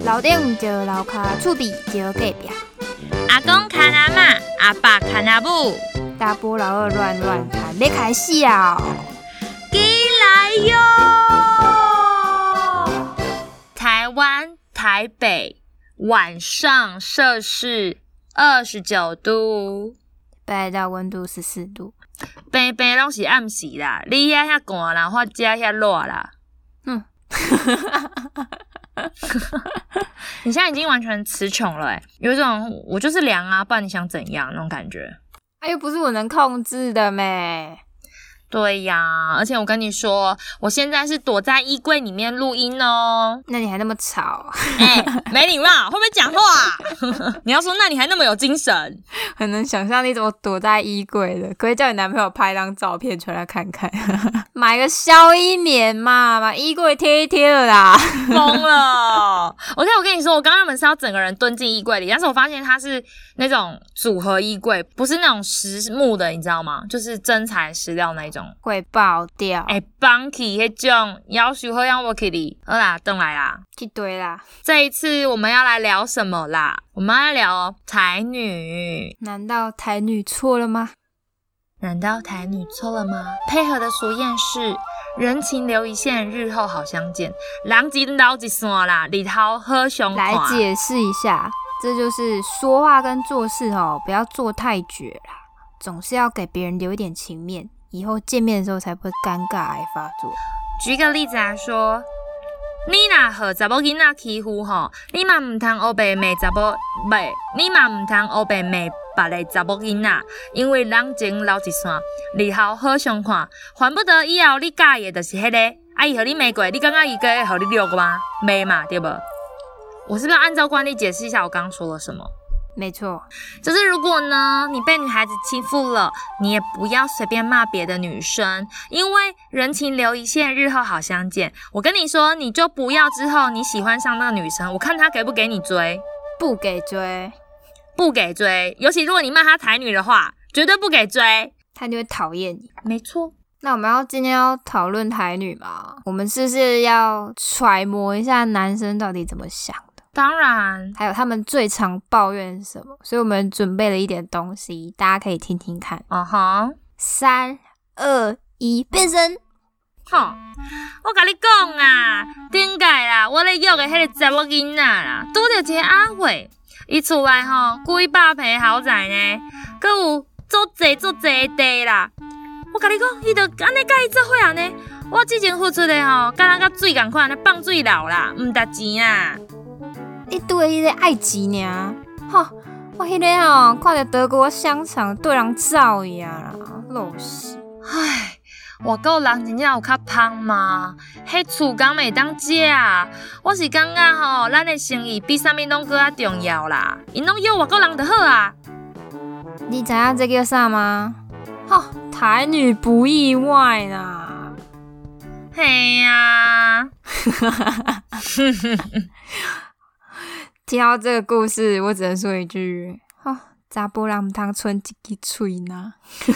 楼顶就楼骹，厝边就隔壁。 阿公看阿嬷，阿爸看阿母， 大波老二乱谈，要开始啊！ 进来哟！台湾台北晚上摄氏29度， 北海道温度14度， 平平拢是暗时啦，你遐寒啦，我遮遐热啦。你现在已经完全词穷了有一种我就是凉啊，不然你想怎样那种感觉。 又不是我能控制的咩。 对呀，而且我跟你说，我现在是躲在衣柜里面录音哦。 那你还那么吵？ 没礼貌，会不会讲话？你要说那你还那么有精神， 很能想象你怎么躲在衣柜的，可以叫你男朋友拍张照片出来看看。买个消衣棉嘛，把衣柜贴一贴了啦。 疯了！我跟你说，我刚刚本是要整个人蹲进衣柜里，但是我发现它是那种组合衣柜，不是那种实木的，你知道吗？就是真材实料那一种。 会爆掉放弃那种要求好像我去你好啦，回来啦， 去堆啦。 这一次我们要来聊什么啦？我们要聊台女。 难道台女错了吗？ 配合的俗谚是人情留一线，日后好相见，人情留一线啦，日后好相看。 来解释一下，这就是说话跟做事不要做太绝啦，总是要给别人留一点情面，以后见面的时候才不会尴尬癌发作。 举个例子来说，你若和查某囡仔欺负你嘛唔通黑白骂查某你嘛唔通黑白骂别个查某囡仔，因为人情留一线，日后好相看。还不得以后你介意的就是迄个，伊和你骂过，你感觉伊会和你留过吗？骂嘛，对不？我是不是要按照惯例解释一下我刚刚说了什么？ 没错， 就是如果呢你被女孩子欺负了，你也不要随便骂别的女生，因为人情留一线，日后好相见。我跟你说，你就不要之后你喜欢上那个女生，我看她给不给你追。 不给追， 尤其如果你骂她台女的话，绝对不给追， 她就会讨厌你。 没错。 那我们今天要讨论台女嘛？我们是不是要揣摩一下男生到底怎么想？ 当然， 还有他们最常抱怨是什么，所以我们准备了一点东西，大家可以听听看。3、2、1，变身！ 我跟你讲啊，顶届啦，我咧约的迄个查某囡仔啦，拄着一个阿慧，伊厝内几百平豪宅呢，阁有足济的地啦。我跟你讲，伊就安尼甲伊做伙安尼，我之前付出的敢若甲水共款，安尼放水流啦，唔值钱啊。 你对迄个爱钱尔，我迄个看到德国香肠对人走呀啦，老死。 唉，外国人真正有较芳吗？迄厝工袂当食，我是感觉咱的生意比啥物拢搁较重要啦。因拢约外国人就好啊。 你知影这叫啥吗？台女不意外啦。 嘿呀。 听到这个故事，我只能说一句：查甫人唔通剩一支嘴呐！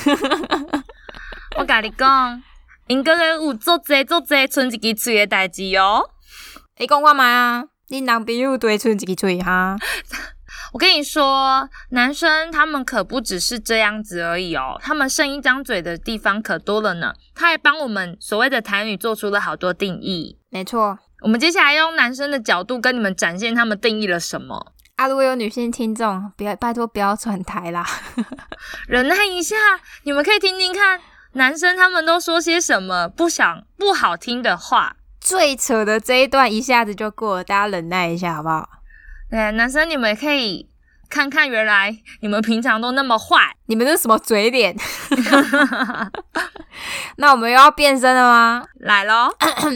我甲你讲，因搁有足济剩一支嘴的代志哦。 你讲看卖啊，恁男朋友对剩一支嘴哈？ 我跟你说，男生他们可不只是这样子而已哦，他们剩一张嘴的地方可多了呢。他还帮我们所谓的台女做出了好多定义。 没错。 我们接下来用男生的角度跟你们展现他们定义了什么。 如果有女性听众，拜托不要转台啦。 忍耐一下，你们可以听听看男生他们都说些什么不好听的话。 最扯的这一段一下子就过了，大家忍耐一下好不好？ 对，男生你们也可以看看，原来你们平常都那么坏， 你们是什么嘴脸？那我们又要变身了吗？ 来咯。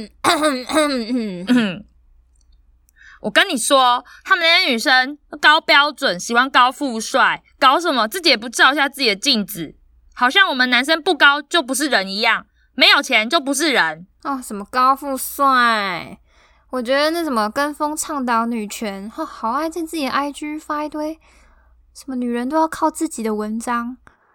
我跟你说，他们那些女生高标准，喜欢高富帅，搞什么自己也不照一下自己的镜子，好像我们男生不高就不是人一样，没有钱就不是人。 什么高富帅？我觉得那什么跟风倡导女权，好爱在自己的 IG 发一堆什么女人都要靠自己的文章，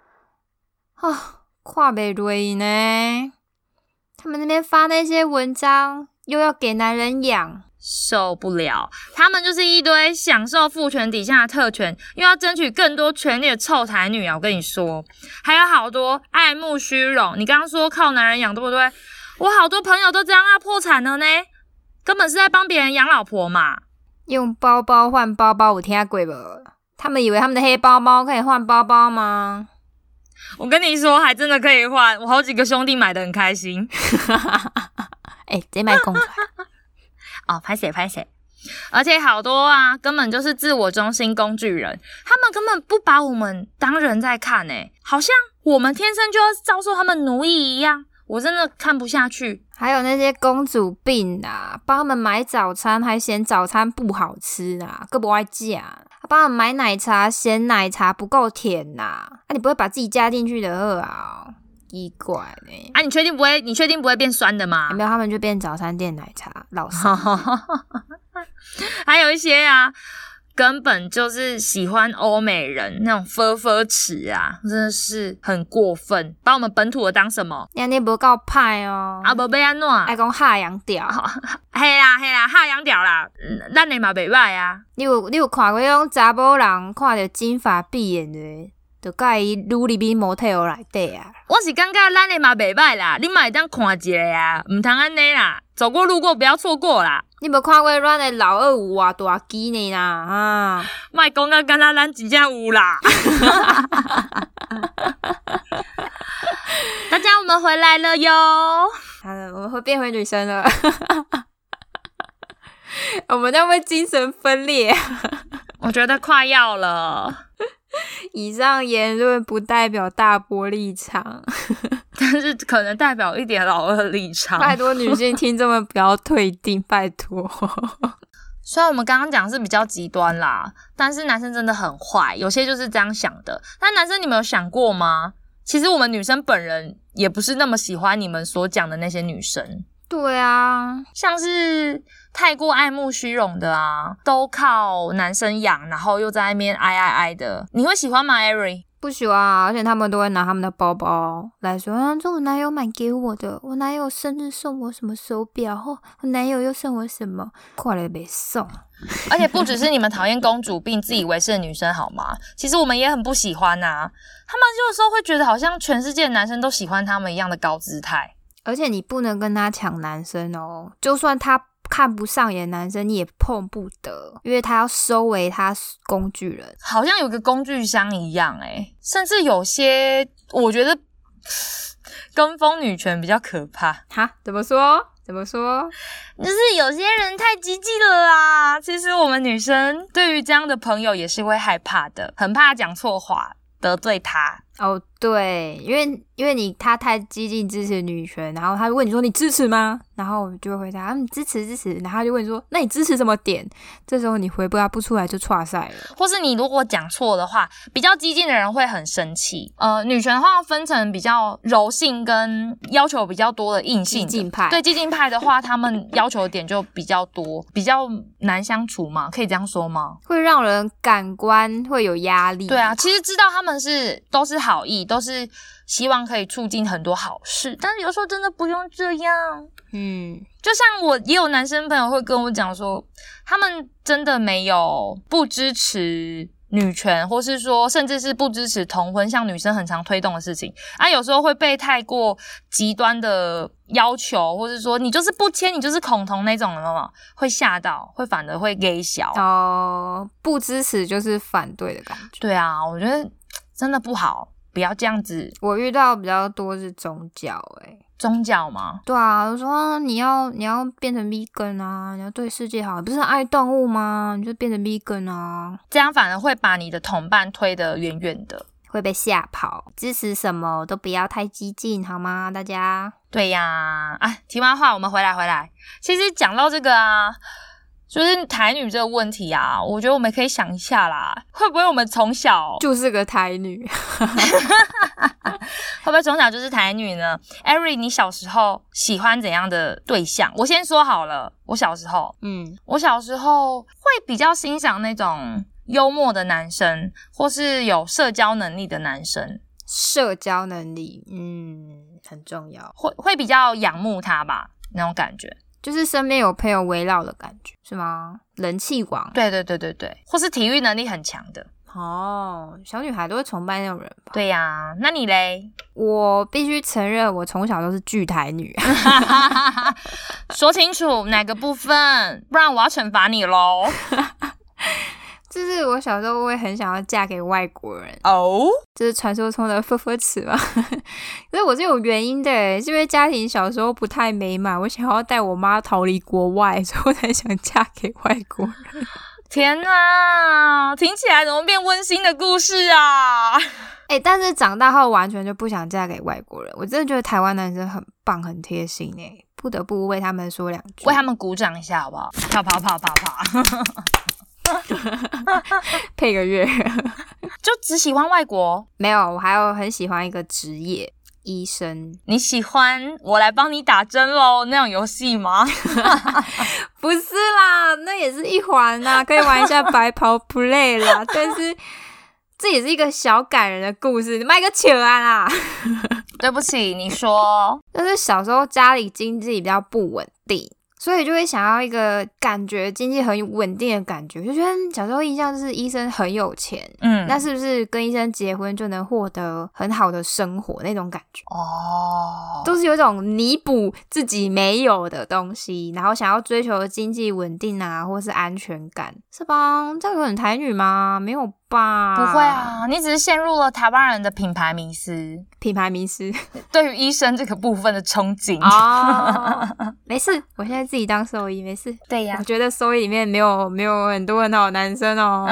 看不落去呢。他们那边发那些文章，又要给男人养， 受不了，他们就是一堆享受父权底下的特权，又要争取更多权利的臭台女啊！我跟你说，还有好多爱慕虚荣。你刚刚说靠男人养，对不对？我好多朋友都这样啊，破产了呢，根本是在帮别人养老婆嘛。 用包包换包包，有听过无？他们以为他们的黑包包可以换包包吗？ 我跟你说，还真的可以换，我好几个兄弟买得很开心。 这卖讲出来。 哦，拍谁，而且好多啊，根本就是自我中心工具人，他们根本不把我们当人在看好像我们天生就要遭受他们奴役一样，我真的看不下去。 还有那些公主病啊，帮他们买早餐还嫌早餐不好吃啊，更不爱嫁。帮他们买奶茶嫌奶茶不够甜啊，你不会把自己加进去的好啊。奇怪呢！ 你确定不会变酸的吗？ 没有，他们就变早餐店奶茶，老师。 还有一些啊，根本就是喜欢欧美人那种佛池啊，真的是很过分，把我们本土的当什么？ 你不够派哦！ 啊，无要安怎？ 爱讲下洋调， 嘿啦，下洋调啦，咱的嘛袂歹啊。 你有看过那种查某人看到金发碧眼的？就甲伊愈入去 motel 内底啊！ 我是感觉咱的嘛袂歹啦，你嘛会当看一下啊，唔通安尼啦，走过路过不要错过啦。 你无看过咱的老二有偌大机呢啦啊！ 莫讲到敢若咱真正有啦。大家，我们回来了哟！ 好了，我们会变回女生了。我们会不会精神分裂？ 我觉得快要了。 以上言论不代表大波立场， 但是可能代表一点老二立场。 拜托女性听众们不要退订，拜托。 虽然我们刚刚讲是比较极端啦，但是男生真的很坏，有些就是这样想的。但男生你们有想过吗？其实我们女生本人也不是那么喜欢你们所讲的那些女生。 对啊， 像是太过爱慕虚荣的啊，都靠男生养，然后又在那边哀的，你会喜欢吗 Ari？ 不喜欢啊，而且他们都会拿他们的包包来说这我男友买给我的，我男友生日送我什么手表，我男友又送我什么，快来别送。 而且不只是你们讨厌公主病自以为是的女生好吗？其实我们也很不喜欢啊，他们有时候会觉得好像全世界的男生都喜欢他们一样的高姿态。 而且你不能跟他抢男生哦，就算他看不上眼的男生你也碰不得，因为他要收为他工具人， 好像有个工具箱一样甚至有些我觉得跟风女权比较可怕。 哈？怎么说？ 就是有些人太激进了啦。其实我们女生对于这样的朋友也是会害怕的，很怕讲错话得罪他。 哦，对，因为他太激进支持女权，然后他就问你说你支持吗？然后我就会回答支持，然后他就问你说那你支持什么点？这时候你回答不出来就挫赛了。 或是你如果讲错的话，比较激进的人会很生气。女权的话分成比较柔性跟要求比较多的硬性的。 激进派。 对，激进派的话他们要求的点就比较多，比较难相处嘛，可以这样说吗？ 会让人感官会有压力。 对啊，其实知道他们都是好意，都是希望可以促进很多好事，但是有时候真的不用这样。就像我也有男生朋友会跟我讲说，他们真的没有不支持女权，或是说甚至是不支持同婚，像女生很常推动的事情啊，有时候会被太过极端的要求，或是说你就是不签，你就是恐同那种的，会吓到，会反而会给小不支持就是反对的感觉。 对啊，我觉得真的不好，不要这样子。 我遇到比较多是宗教宗教吗？ 对啊，我说你要变成 vegan 啊，你要对世界好，不是爱动物吗？你就变成 vegan 啊， 这样反而会把你的同伴推得远远的， 会被吓跑。支持什么都不要太激进，好吗？大家。 对呀，题外话，我们回来。其实讲到这个啊，就是台女这个问题啊，我觉得我们可以想一下啦，会不会我们从小就是个台女？ 会不会从小就是台女呢 ？Ari， 你小时候喜欢怎样的对象？我先说好了，我小时候会比较欣赏那种幽默的男生，或是有社交能力的男生。 社交能力，很重要。 会比较仰慕他吧，那种感觉。 就是身边有朋友围绕的感觉，是吗？人气王。 对，或是体育能力很强的。 哦，小女孩都会崇拜那种人吧？ 对呀，那你嘞？ 我必须承认，我从小都是巨台女。 说清楚哪个部分，不然我要惩罚你咯。 就是我小时候会很想要嫁给外国人哦， 就是传说中的佛佛池嘛。可是我是有原因的耶，是因为家庭小时候不太美满，我想要带我妈逃离国外，所以我才想嫁给外国人。 天哪，听起来怎么变温馨的故事啊？ 但是长大后完全就不想嫁给外国人。我真的觉得台湾男生很棒很贴心耶，不得不为他们说两句， 为他们鼓掌一下好不好？啪啪啪啪啪。 配个乐。 就只喜欢外国？ 没有，我还有很喜欢一个职业，医生。 你喜欢我来帮你打针咯那种游戏吗？ 不是啦，那也是一环啦，可以玩一下白袍 play 啦。但是这也是一个小感人的故事，你卖个球啊啦。 对不起，你说。 就是小时候家里经济比较不稳定，所以就会想要一个感觉经济很稳定的感觉，就觉得小时候印象就是医生很有钱，那是不是跟医生结婚就能获得很好的生活那种感觉？都是有一种弥补自己没有的东西，然后想要追求经济稳定啊，或是安全感，是吧？这样有很台女吗？没有吧？ 不会啊，你只是陷入了台湾人的品牌迷思。 品牌迷思对于医生这个部分的憧憬。 没事，我现在自己当兽医，没事。 对呀， 我觉得兽医里面没有很多很好的男生哦。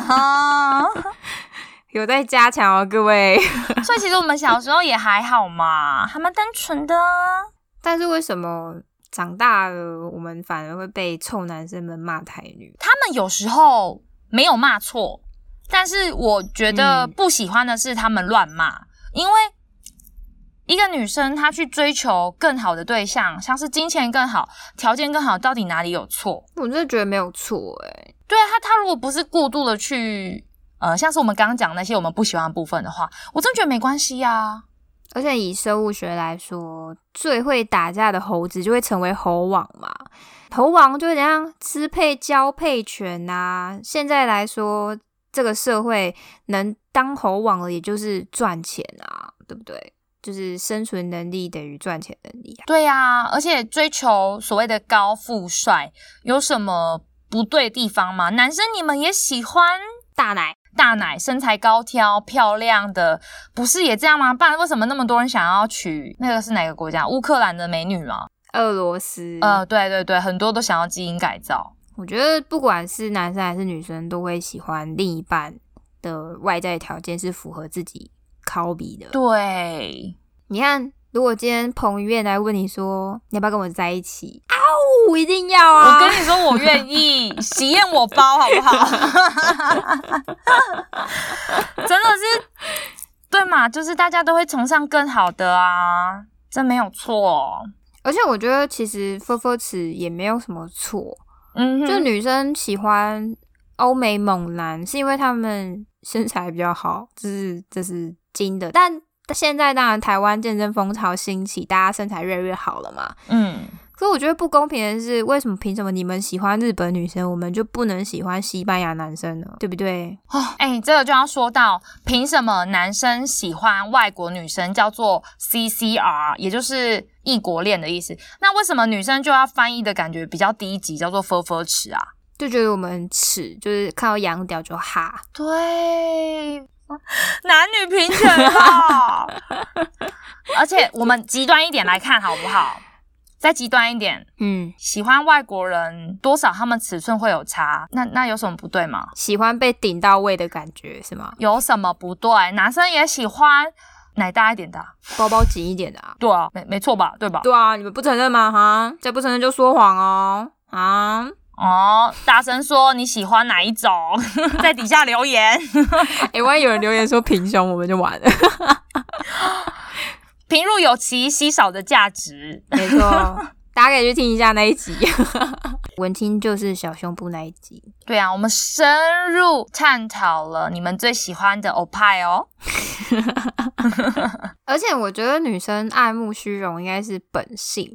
有在加强哦，各位。 所以其实我们小时候也还好嘛，还蛮单纯的啊。 但是为什么长大了我们反而会被臭男生们骂台女？ 他们有时候没有骂错，但是我觉得不喜欢的是他们乱骂，因为一个女生她去追求更好的对象，像是金钱更好、条件更好，到底哪里有错？ 我真的觉得没有错耶。 对啊，她如果不是过度的去像是我们刚刚讲那些我们不喜欢的部分的话，我真的觉得没关系啊。 而且以生物学来说，最会打架的猴子就会成为猴王嘛，猴王就会怎样支配交配权啊。现在来说，这个社会能当猴王的也就是赚钱啊，对不对？就是生存能力等于赚钱能力啊。 对啊，而且追求所谓的高富帅有什么不对的地方吗？男生你们也喜欢大奶身材高挑漂亮的，不是也这样吗？不然为什么那么多人想要娶那个是哪个国家？乌克兰的美女吗？ 俄罗斯。 对，很多都想要基因改造。 我觉得不管是男生还是女生都会喜欢另一半的外在条件是符合自己copy的。 对， 你看如果今天彭于晏来问你说你要不要跟我在一起，我一定要啊！ 我跟你说我愿意，喜宴我包好不好？真的是对嘛，就是大家都会崇尚更好的啊，这没有错。 而且我觉得其实佛佛池也没有什么错，就女生喜欢欧美猛男是因为他们身材比较好，这是真的。但现在当然台湾健身风潮兴起，大家身材越来越好了嘛。可是我觉得不公平的是，为什么凭什么你们喜欢日本女生，我们就不能喜欢西班牙男生呢？对不对？ 这个就要说到凭什么男生喜欢外国女生叫做 CCR， 也就是异国恋的意思。那为什么女生就要翻译的感觉比较低级，叫做 FF 尺啊？ 就觉得我们很耻，就是看到洋屌就哈。 对，男女平权啊！而且我们极端一点来看好不好？再极端一点，喜欢外国人多少他们尺寸会有差，那有什么不对吗？ 喜欢被顶到位的感觉是吗？ 有什么不对？男生也喜欢奶大一点的包包紧一点的啊。 对啊，没错吧？对吧？ 对啊，你们不承认吗？哈，再不承认就说谎哦。 大声说你喜欢哪一种，在底下留言。 万一有人留言说平胸，我们就完了。 平入有其稀少的价值。 没错，大家可以去听一下那一集。文青就是小胸部那一集。 对啊，我们深入探讨了你们最喜欢的欧派哦。而且我觉得女生爱慕虚荣应该是本性吧。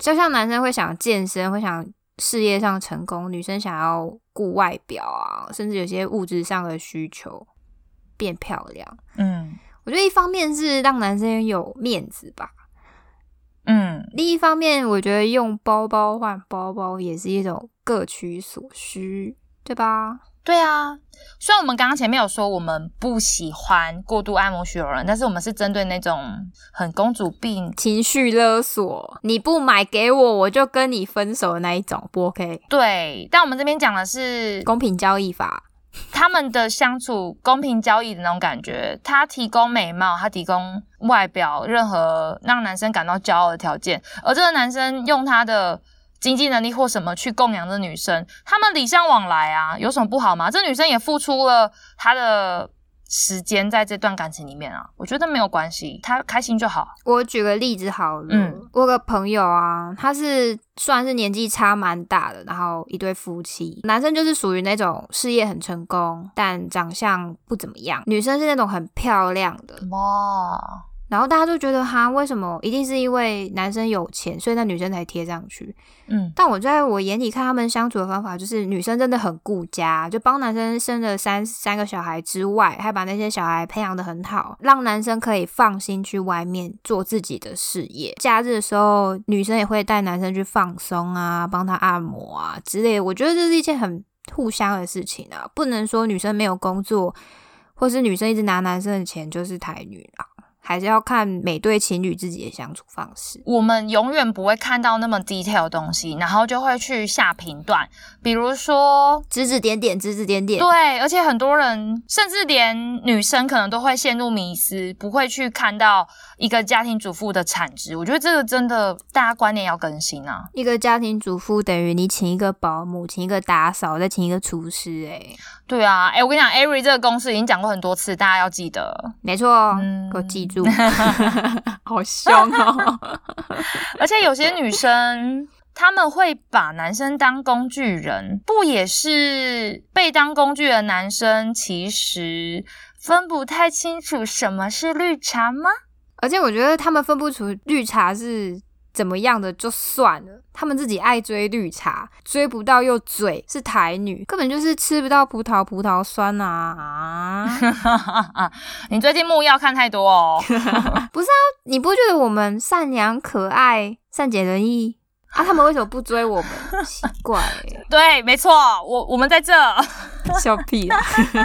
就像男生会想健身，会想事业上成功，女生想要顾外表啊，甚至有些物质上的需求，变漂亮。我觉得一方面是让男生有面子吧，另一方面我觉得用包包换包包也是一种各取所需，对吧？ 对啊，虽然我们刚刚前面有说我们不喜欢过度爱慕虚荣人，但是我们是针对那种很公主病、 情绪勒索，你不买给我，我就跟你分手的那一种，不 OK？ 对，但我们这边讲的是公平交易法， 他们的相处公平交易的那种感觉，他提供美貌，他提供外表，任何让男生感到骄傲的条件，而这个男生用他的经济能力或什么去供养这女生，他们礼尚往来啊，有什么不好吗？这女生也付出了她的时间在这段感情里面啊，我觉得没有关系，她开心就好。 我举个例子好了，我有个朋友啊，他是算是年纪差蛮大的，然后一对夫妻，男生就是属于那种事业很成功，但长相不怎么样，女生是那种很漂亮的。 哇！ 然后大家就觉得哈，为什么一定是因为男生有钱，所以那女生才贴上去？但我在我眼里看他们相处的方法，就是女生真的很顾家，就帮男生生了三个小孩之外，还把那些小孩培养得很好，让男生可以放心去外面做自己的事业。假日的时候，女生也会带男生去放松啊，帮他按摩啊之类的。我觉得这是一件很互相的事情啊，不能说女生没有工作，或是女生一直拿男生的钱就是台女啦。还是要看每对情侣自己的相处方式。 我们永远不会看到那么 detail 的东西，然后就会去下评断，比如说指指点点。 对，而且很多人甚至连女生可能都会陷入迷思，不会去看到一个家庭主妇的产值。我觉得这个真的大家观念要更新啊。 一个家庭主妇等于你请一个保姆，请一个打扫，再请一个厨师。 对啊，我跟你讲 Avery 这个公式已经讲过很多次，大家要记得。 没错，给我记住。好凶哦。 而且有些女生他们会把男生当工具人，不也是被当工具的男生其实分不太清楚什么是绿茶吗？ 而且我觉得他们分不出绿茶是怎么样的就算了，他们自己爱追绿茶，追不到又嘴，是台女，根本就是吃不到葡萄酸啊！ 你最近木曜看太多哦。 不是啊，你不觉得我们善良可爱、善解人意啊？他们为什么不追我们？奇怪对，没错，我们在这。 笑屁啦。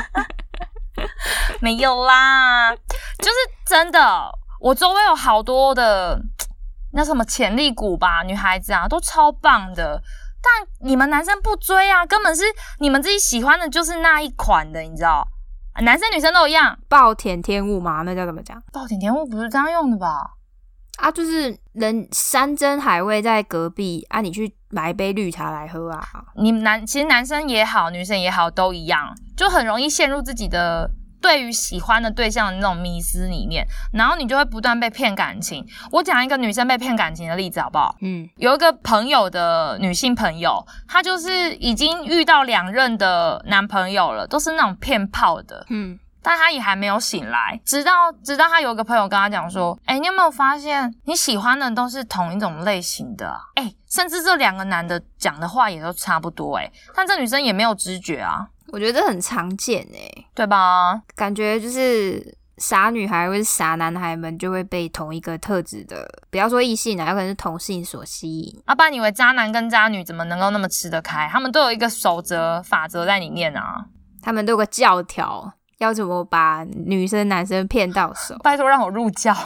没有啦，就是真的，我周围有好多的那什么潜力股吧，女孩子啊都超棒的，但你们男生不追啊，根本是你们自己喜欢的就是那一款的，你知道，男生女生都一样。 暴殄天物嘛，那叫怎么讲？ 暴殄天物不是这样用的吧？ 啊，就是人山珍海味在隔壁啊，你去买一杯绿茶来喝啊。 其实男生也好，女生也好，都一样，就很容易陷入自己的对于喜欢的对象的那种迷思里面，然后你就会不断被骗感情。我讲一个女生被骗感情的例子好不好？有一个朋友的女性朋友，她就是已经遇到2任的男朋友了，都是那种骗炮的。但他也还没有醒来，直到他有一个朋友跟他讲说，你有没有发现你喜欢的都是同一种类型的啊？甚至这2个男的讲的话也都差不多但这女生也没有知觉啊。 我觉得很常见对吧？ 感觉就是傻女孩或是傻男孩们就会被同一个特质的，不要说异性有可能是同性所吸引。 不然你以为渣男跟渣女怎么能够那么吃得开？他们都有一个守则法则在里面啊， 他们都有个教条，要怎么把女生男生骗到手。 拜托让我入教。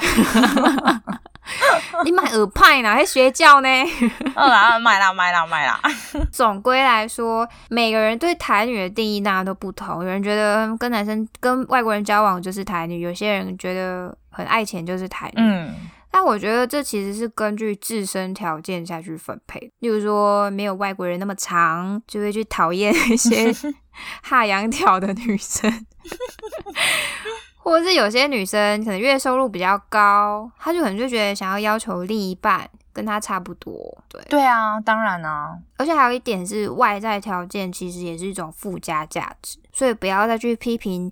你买耳派哪？还学教呢？ 买啦。 总归来说，每个人对台女的定义大家都不同。有人觉得跟外国人交往就是台女，有些人觉得很爱钱就是台女。但我觉得这其实是根据自身条件下去分配。例如说，没有外国人那么长，就会去讨厌一些哈洋条的女生。或者是有些女生可能月收入比较高，她就可能就觉得想要求另一半跟她差不多。 对啊，当然啊。 而且还有一点是外在条件其实也是一种附加价值，所以不要再去批评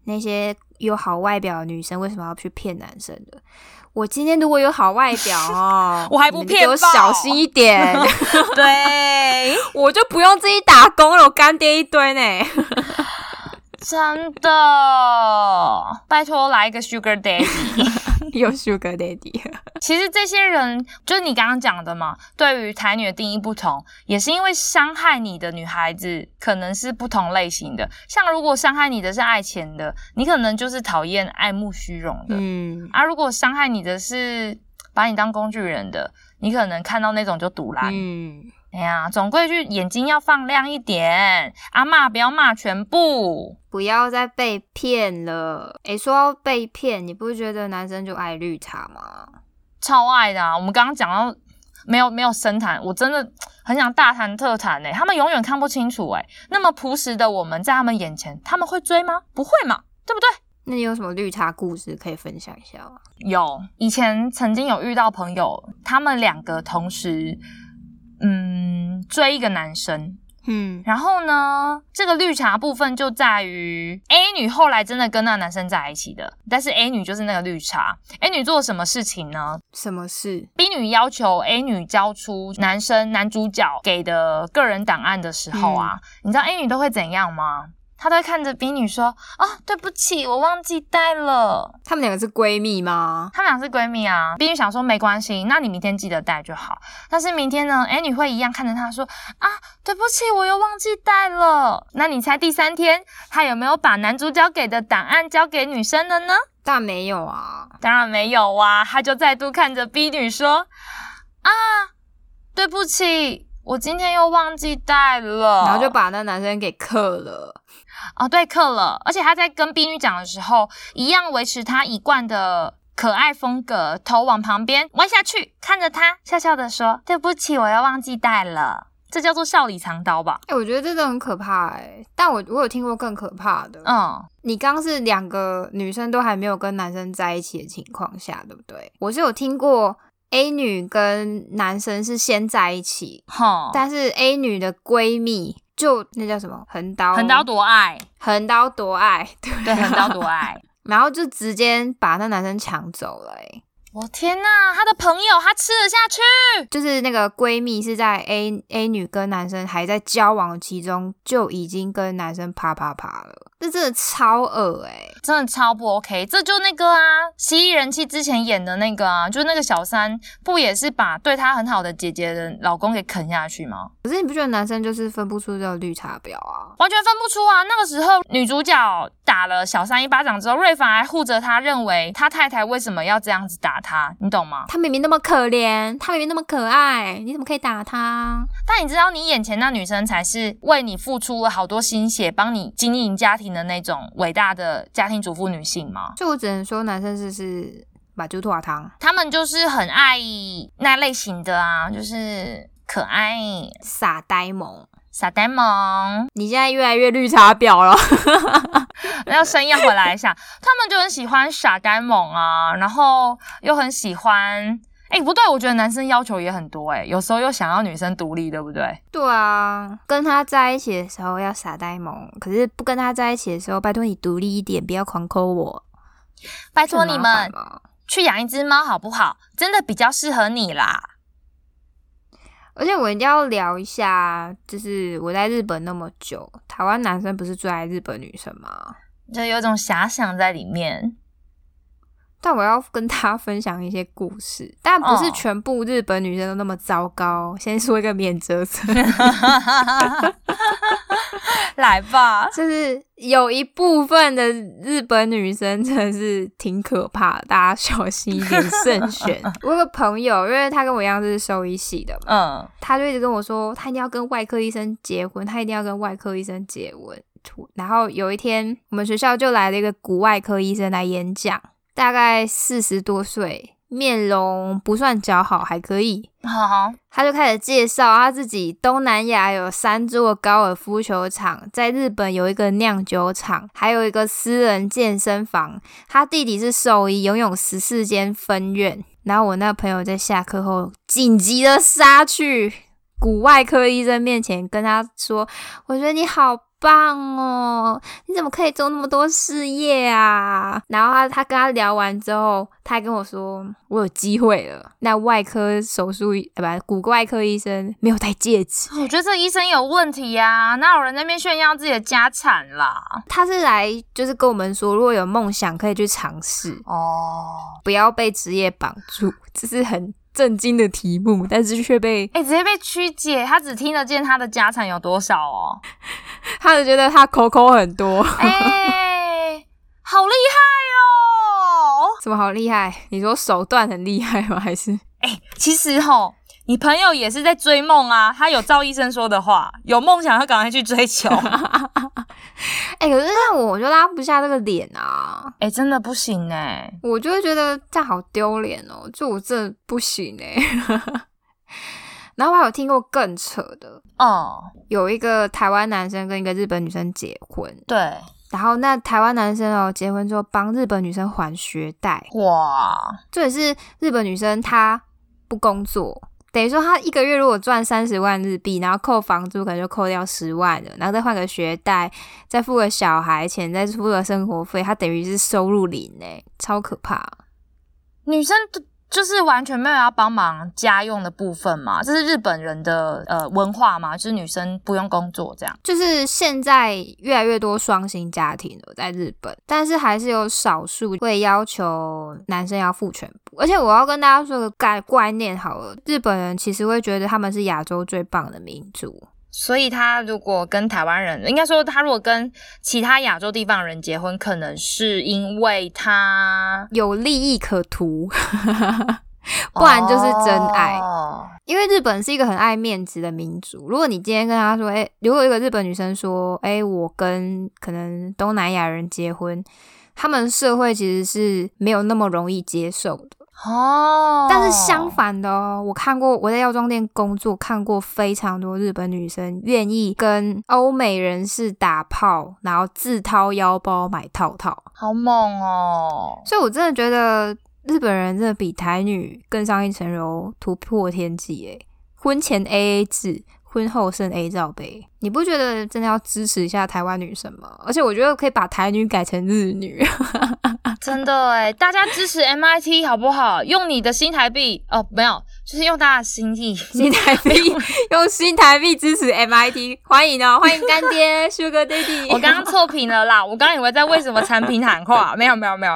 那些有好外表的女生为什么要去骗男生的？我今天如果有好外表哦， 我还不骗爆， 你给我小心一点。 对， 我就不用自己打工了，我干爹一堆呢。 真的，拜托来一个 Sugar Daddy， 有 Sugar Daddy。 其实这些人就是你刚刚讲的嘛，对于台女的定义不同，也是因为伤害你的女孩子可能是不同类型的。像如果伤害你的是爱钱的，你可能就是讨厌爱慕虚荣的。如果伤害你的是把你当工具人的，你可能看到那种就毒烂。哎呀，总归就眼睛要放亮一点，骂不要骂全部， 不要再被骗了。说到被骗，你不觉得男生就爱绿茶吗？ 超爱的啊！我们刚刚讲到没有深谈，我真的很想大谈特谈他们永远看不清楚那么朴实的我们在他们眼前，他们会追吗？不会嘛，对不对？ 那你有什么绿茶故事可以分享一下吗？ 有，以前曾经有遇到朋友，他们两个同时追一个男生，然后呢，这个绿茶部分就在于 A 女后来真的跟那个男生在一起的，但是 A 女就是那个绿茶。A 女做了什么事情呢？ 什么事？ B 女要求 A 女交出男主角给的个人档案的时候啊，你知道 A 女都会怎样吗？她都会看着 B 女说对不起，我忘记带了。 她们两个是闺蜜吗？ 她们俩是闺蜜啊。B 女想说没关系，那你明天记得带就好。但是明天呢 A 女会一样看着她说对不起，我又忘记带了。那你猜第3天她有没有把男主角给的档案交给女生了呢？ 当然没有啊。 当然没有啊。她就再度看着 B 女说对不起，我今天又忘记带了。 然后就把那男生给克了。 对，克了。而且他在跟 B 女讲的时候，一样维持他一贯的可爱风格，头往旁边弯下去，看着他，笑笑的说：“对不起，我又忘记带了。”这叫做笑里藏刀吧？ 我觉得这个很可怕但我有听过更可怕的。你刚是2个女生都还没有跟男生在一起的情况下，对不对？我是有听过 A 女跟男生是先在一起，但是 A 女的闺蜜就那叫什么横刀夺爱，对， 横刀夺爱， 然后就直接把那男生抢走了我天哪，他的朋友他吃了下去， 就是那个闺蜜是在 A 女跟男生还在交往期中就已经跟男生啪了，这真的超恶真的超不 OK。这就那个蜥蜴人气之前演的那个就那个小三不也是把对他很好的姐姐的老公给啃下去吗？ 可是你不觉得男生就是分不出这个绿茶婊完全分不出那个时候女主角打了小三一巴掌之后，瑞凡还护着他，认为他太太为什么要这样子打他，你懂吗？ 他明明那么可怜，他明明那么可爱，你怎么可以打他？ 但你知道你眼前那女生才是为你付出了好多心血，帮你经营家庭的那种伟大的家庭主妇女性吗？ 就我只能说男生是把猪拖汤， 他们就是很爱那类型的就是可爱傻呆萌。 你现在越来越绿茶婊了。 要声音要回来一下。他们就很喜欢傻呆萌然后又很喜欢不对，我觉得男生要求也很多有时候又想要女生独立，对不对？ 对啊，跟他在一起的时候要傻呆萌，可是不跟他在一起的时候，拜托你独立一点，不要狂抠我。 拜托你们去养一只猫好不好？真的比较适合你啦。 而且我一定要聊一下，就是我在日本那么久，台湾男生不是最爱日本女生吗？ 就有种遐想在里面。 但我要跟大家分享一些故事，但不是全部日本女生都那么糟糕。先说一个免责声。 来吧， 就是有一部分的日本女生真的是挺可怕的，大家小心一点，慎选。我有个朋友，因为他跟我一样是兽医系的嘛，他就一直跟我说，他一定要跟外科医生结婚，他一定要跟外科医生结婚。然后有一天，我们学校就来了一个骨外科医生来演讲，大概40多岁，面容不算姣好，还可以。他就开始介绍他自己，东南亚有3座高尔夫球场，在日本有一个酿酒厂，还有一个私人健身房。他弟弟是兽医，拥有14间分院。然后我那朋友在下课后紧急的杀去骨外科医生面前跟他说，我觉得你好棒哦，你怎么可以做那么多事业啊？然后他跟他聊完之后，他还跟我说我有机会了。那外科手术骨外科医生没有戴戒指。 我觉得这医生有问题啊，哪有人在那边炫耀自己的家产啦？ 他是来就是跟我们说，如果有梦想可以去尝试哦，不要被职业绑住，这是很震惊的题目，但是却被直接被曲解。他只听得见他的家产有多少哦， 他就觉得他口很多。 好厉害哦！ 什么好厉害？你说手段很厉害吗？还是其实你朋友也是在追梦啊，他有照医生说的话，有梦想要赶快去追求。 可是像我就拉不下这个脸啊。 真的不行我就会觉得这样好丢脸哦，就我真的不行然后我还有听过更扯的有一个台湾男生跟一个日本女生结婚， 对， 然后那台湾男生结婚之后帮日本女生还学贷， 哇， 这也是日本女生她不工作，等于说她一个月如果赚30万日币，然后扣房租可能就扣掉10万了，然后再换个学贷，再付个小孩钱，再付个生活费，她等于是收入零超可怕。 女生就是完全没有要帮忙家用的部分嘛，这是日本人的文化嘛，就是女生不用工作这样。就是现在越来越多双薪家庭了在日本，但是还是有少数会要求男生要付全部。而且我要跟大家说个观念好了，日本人其实会觉得他们是亚洲最棒的民族，所以他如果跟台湾人，应该说他如果跟其他亚洲地方人结婚，可能是因为他有利益可图不然就是真爱因为日本是一个很爱面子的民族。如果你今天跟他说如果有一个日本女生说我跟可能东南亚人结婚，他们社会其实是没有那么容易接受的但是相反的我在药妆店工作，看过非常多日本女生愿意跟欧美人士打炮，然后自掏腰包买套套，好猛哦！所以我真的觉得日本人真的比台女更上一层楼，突破天际婚前 AA 制，婚后剩 A 罩杯，你不觉得真的要支持一下台湾女生吗？而且我觉得可以把台女改成日女真的大家支持 MIT 好不好？用你的新台币没有，就是用大家的新台币用新台币支持 MIT， 欢迎欢迎干爹Sugar Daddy 我刚刚错评了啦，我刚以为在为什么产品喊话没有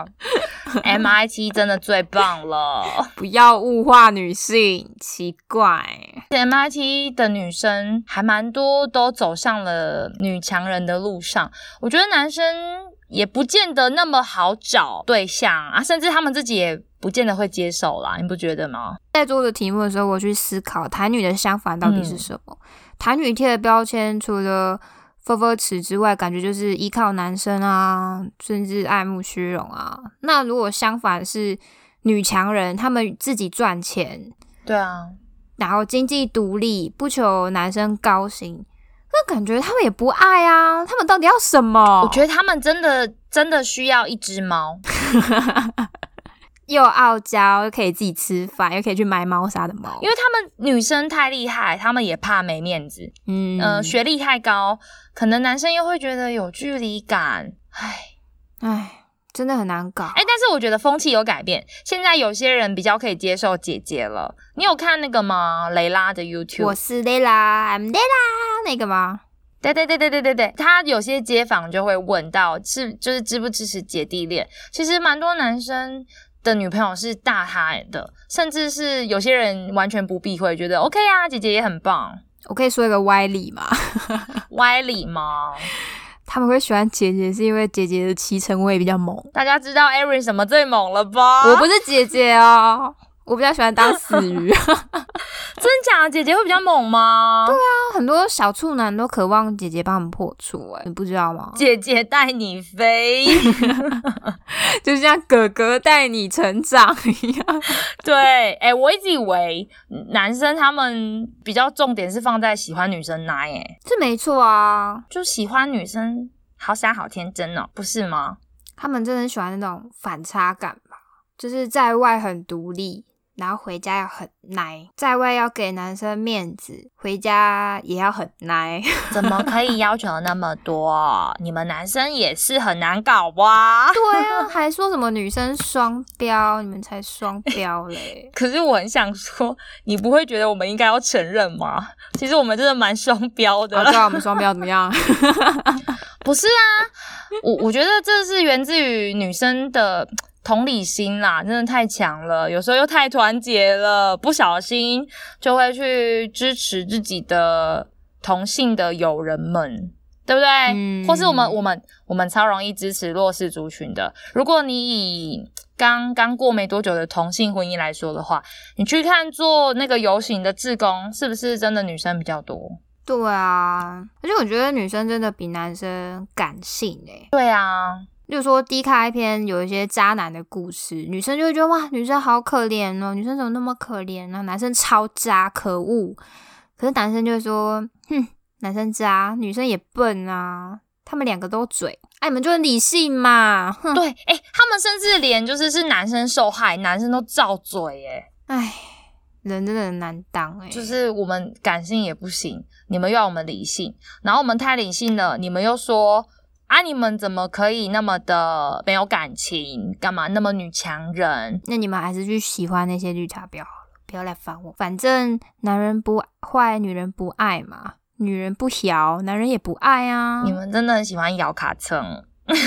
MIT 真的最棒了，不要物化女性，奇怪。MIT 的女生还蛮多都走上了女强人的路上，我觉得男生也不见得那么好找对象啊，甚至他们自己也不见得会接受啦，你不觉得吗？在做的题目的时候，我去思考台女的相反到底是什么。台女贴的标签除了词之外，感觉就是依靠男生啊，甚至爱慕虚荣啊。那如果相反是女强人，他们自己赚钱，对啊，然后经济独立，不求男生高薪，那感觉他们也不爱啊，他们到底要什么？我觉得他们真的需要一只猫又傲娇，又可以自己吃饭，又可以去买猫砂的猫。因为他们女生太厉害，他们也怕没面子。学历太高，可能男生又会觉得有距离感。唉，真的很难搞。但是我觉得风气有改变，现在有些人比较可以接受姐姐了。你有看那个吗？雷拉的 YouTube， 我是雷拉 I'm 雷拉那个吗？对，他有些街访就会问到就是支不支持姐弟恋。其实蛮多男生的女朋友是大他的，甚至是有些人完全不避讳，觉得 OK 啊，姐姐也很棒。我可以说一个歪理吗？歪理吗？他们会喜欢姐姐是因为姐姐的骑乘位比较猛。大家知道 Erin 什么最猛了吧？我不是姐姐哦，我比较喜欢当死鱼。真假的？姐姐会比较猛吗？对啊，很多小处男都渴望姐姐帮他们破处你不知道吗？姐姐带你飞就像哥哥带你成长一样。对，我一直以为男生他们比较重点是放在喜欢女生奶是没错啊，就喜欢女生好傻好天真哦，不是吗？他们真的喜欢那种反差感吧，就是在外很独立， 然后回家要很奶，在外要给男生面子，回家也要很奶。 怎么可以要求那么多？你们男生也是很难搞吧？ 对啊，还说什么女生双标，你们才双标嘞。 可是我很想说，你不会觉得我们应该要承认吗？其实我们真的蛮双标的。 对啊，我们双标怎么样？ 不是啊，我觉得这是源自于女生的同理心啦，真的太强了，有时候又太团结了，不小心就会去支持自己的同性的友人们，对不对？或是我们超容易支持弱势族群的。如果你以刚过没多久的同性婚姻来说的话，你去看做那个游行的志工，是不是真的女生比较多？ 对啊，而且我觉得女生真的比男生感性欸。 对啊， 例如说 D 卡一篇有一些渣男的故事，女生就会觉得哇，女生好可怜哦，女生怎么那么可怜呢？男生超渣，可恶。可是男生就会说，哼，男生渣，女生也笨啊，他们两个都嘴，你们就很理性嘛。哼， 对，他们甚至连是男生受害，男生都照嘴， 人真的很难当就是我们感性也不行，你们又要我们理性，然后我们太理性了，你们又说啊，你们怎么可以那么的没有感情？干嘛那么女强人？ 那你们还是去喜欢那些绿茶婊好了，不要来烦我。反正男人不坏，女人不爱嘛，女人不摇，男人也不爱啊。 你们真的很喜欢摇卡称。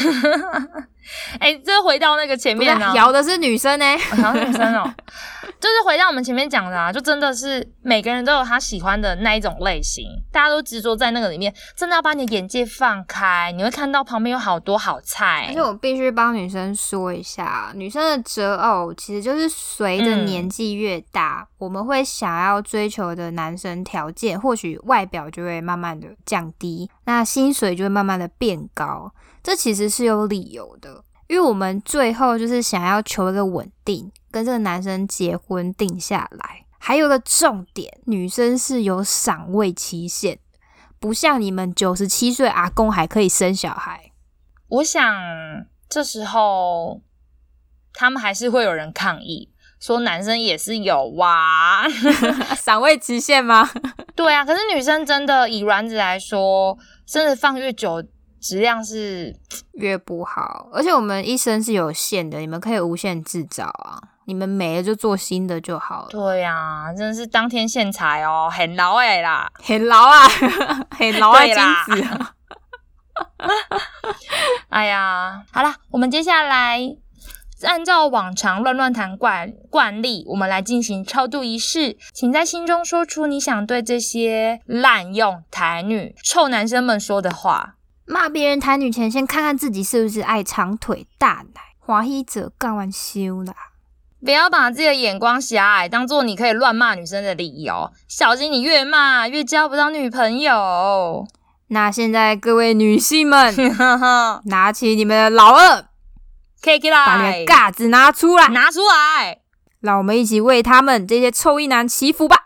这回到那个前面呢， 摇的是女生摇的女生哦，就是回到我们前面讲的啊，就真的是每个人都有他喜欢的那一种类型，大家都执着在那个里面，真的要把你的眼界放开，你会看到旁边有好多好菜。 而且我必须帮女生说一下，女生的择偶其实就是随着年纪越大，我们会想要追求的男生条件，或许外表就会慢慢的降低，那薪水就会慢慢的变高，这其实是有理由的。因为我们最后就是想要求一个稳定，跟这个男生结婚定下来。还有一个重点，女生是有赏味期限，不像你们97岁阿公还可以生小孩。 我想这时候他们还是会有人抗议，说男生也是有啊。 赏味期限吗？ 对啊，可是女生真的以卵子来说，真的放越久质量是越不好，而且我们一生是有限的，你们可以无限制造啊，你们没了就做新的就好了。 对啊，真的是当天现采哦，很老啦， 很老啊，很老啊，精子啊。 哎呀，好啦，我们接下来按照往常乱谈惯例，我们来进行超度仪式，请在心中说出你想对这些滥用台女臭男生们说的话。 骂别人台女前，先看看自己是不是爱长腿大奶，欢喜者干完休啦。 不要把自己的眼光狭隘当做你可以乱骂女生的理由，小心你越骂越交不到女朋友。 那现在各位女性们，拿起你们的老二， 可以起来， 把你的嘎子拿出来， 拿出来， 让我们一起为他们这些臭衣男祈福吧。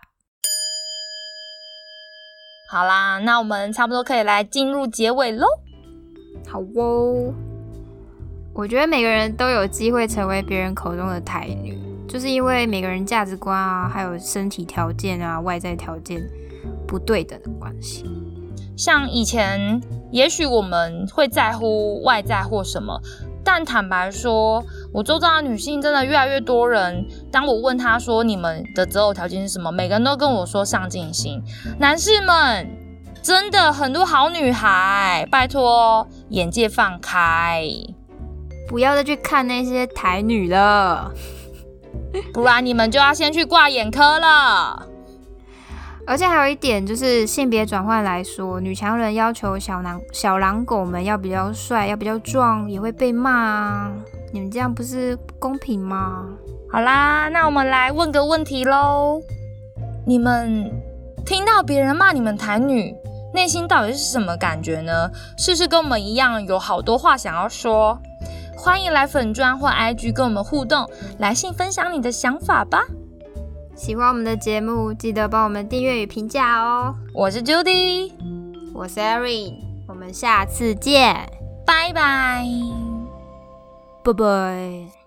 好啦，那我们差不多可以来进入结尾咯。 好哦，我觉得每个人都有机会成为别人口中的台女，就是因为每个人价值观啊，还有身体条件啊、外在条件不对等的关系。 像以前，也许我们会在乎外在或什么，但坦白说，我周遭的女性真的越来越多人，当我问她说你们的择偶条件是什么，每个人都跟我说上进心。男士们，真的很多好女孩，拜托眼界放开， 不要再去看那些台女了， 不然你们就要先去挂眼科了。 而且还有一点就是性别转换来说，女强人要求小狼狗们要比较帅，要比较壮，也会被骂啊。你们这样不是不公平吗？ 好啦，那我们来问个问题咯，你们听到别人骂你们台女，内心到底是什么感觉呢？是不是跟我们一样有好多话想要说？欢迎来粉专或 IG 跟我们互动，来信分享你的想法吧。 喜欢我们的节目，记得帮我们订阅与评价哦。 我是 Judy， 我是 Erin， 我们下次见， 拜拜， 拜拜。